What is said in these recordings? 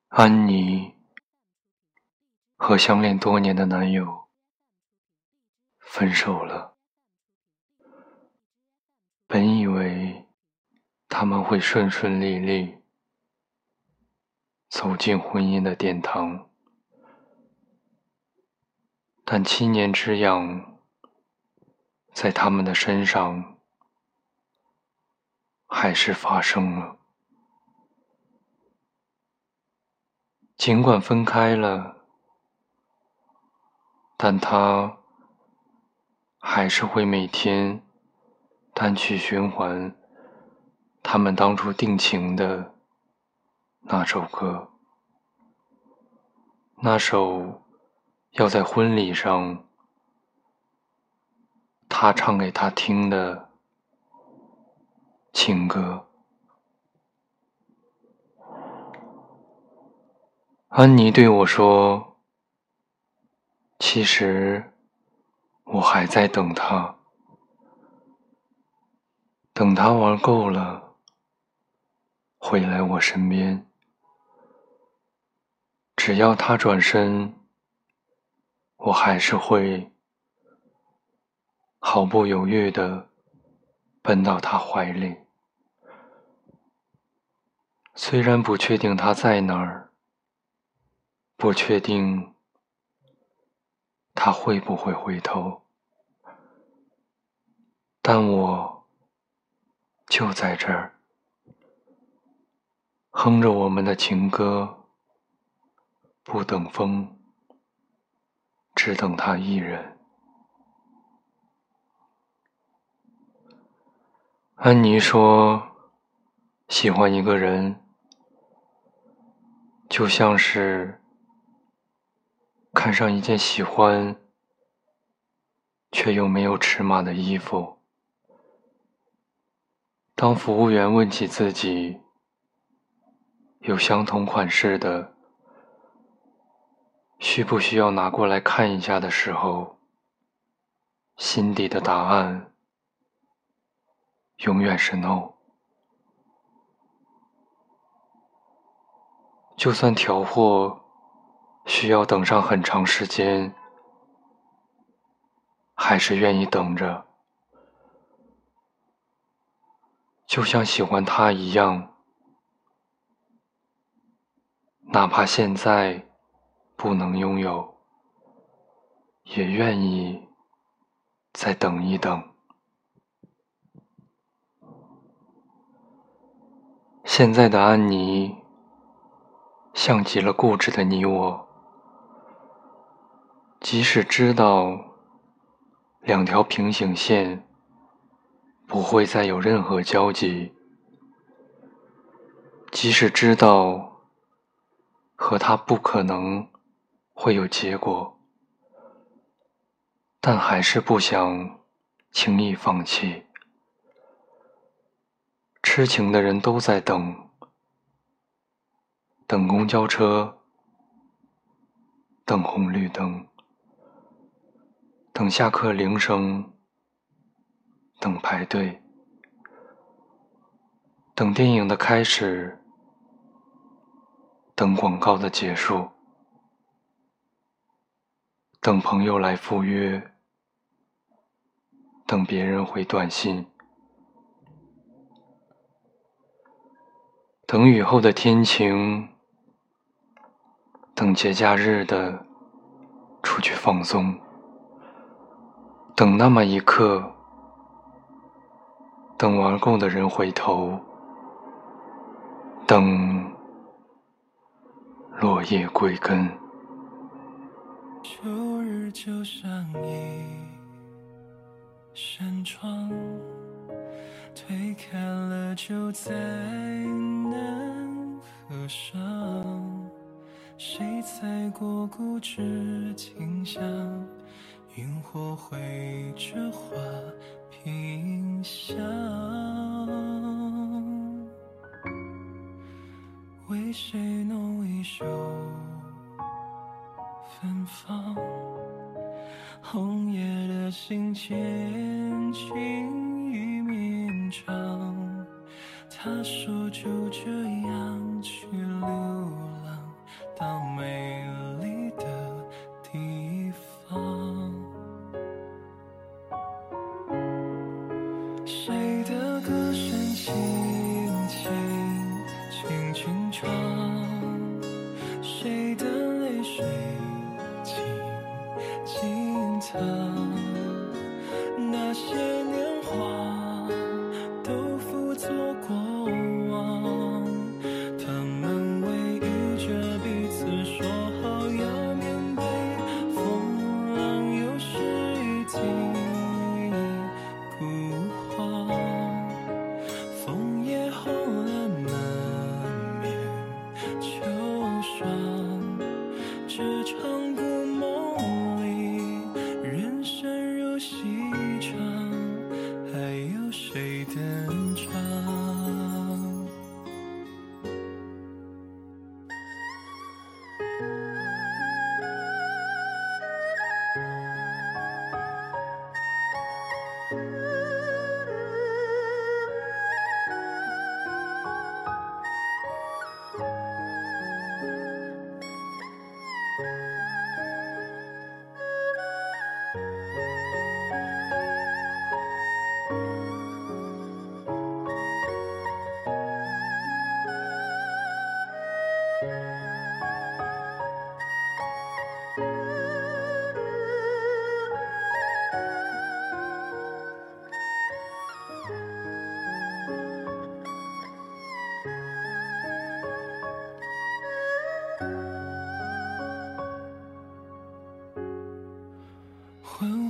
安妮和相恋多年的男友分手了。本以为他们会顺顺利利走进婚姻的殿堂，但7年之痒在他们的身上还是发生了。尽管分开了，但他还是会每天单曲循环他们当初定情的那首歌，那首要在婚礼上他唱给他听的情歌。安妮对我说，其实我还在等他，等他玩够了回来我身边，只要他转身，我还是会毫不犹豫地奔到他怀里。虽然不确定他在哪儿，不确定他会不会回头，但我就在这儿，哼着我们的情歌，不等风，只等他一人。安妮说，喜欢一个人就像是看上一件喜欢却又没有尺码的衣服，当服务员问起自己有相同款式的需不需要拿过来看一下的时候，心底的答案永远是 no。 就算调货需要等上很长时间，还是愿意等着，就像喜欢他一样，哪怕现在不能拥有，也愿意再等一等。现在的安妮像极了固执的你我，即使知道两条平行线不会再有任何交集，即使知道和他不可能会有结果，但还是不想轻易放弃。痴情的人都在等，等公交车，等红绿灯，等下课铃声，等排队，等电影的开始，等广告的结束，等朋友来赴约，等别人回短信，等雨后的天晴，等节假日的出去放松，等那么一刻，等玩够的人回头，等落叶归根。 秋日就像一扇窗，推开了就再难合上，谁踩过固执景象，萤火绘着花屏香，为谁弄一袖芬芳，红叶的信笺轻易绵长，他说就这样去流浪，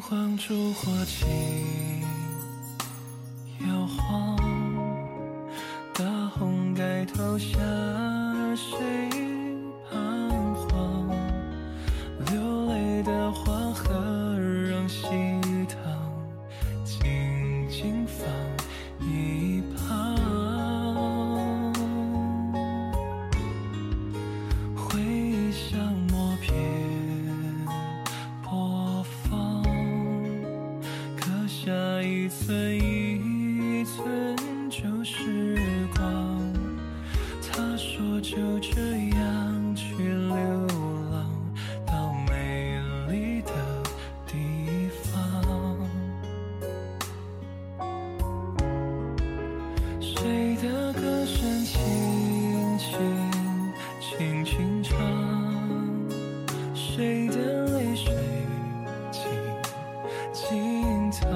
晃烛火轻摇晃，大红盖头下谁彷徨？流泪的黄河让喜糖静静放一旁。回忆像默片播放，刻下一寸一寸旧时光。他说就这样去流浪到美丽的地方。谁的歌声轻轻轻轻唱，谁的泪水静静淌。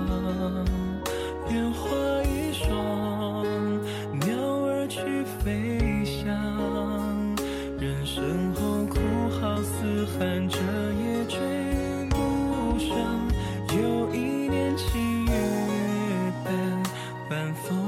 烟花易爽，鸟儿去飞翔，人生后哭号嘶喊着也追不上。有一年七月半，晚风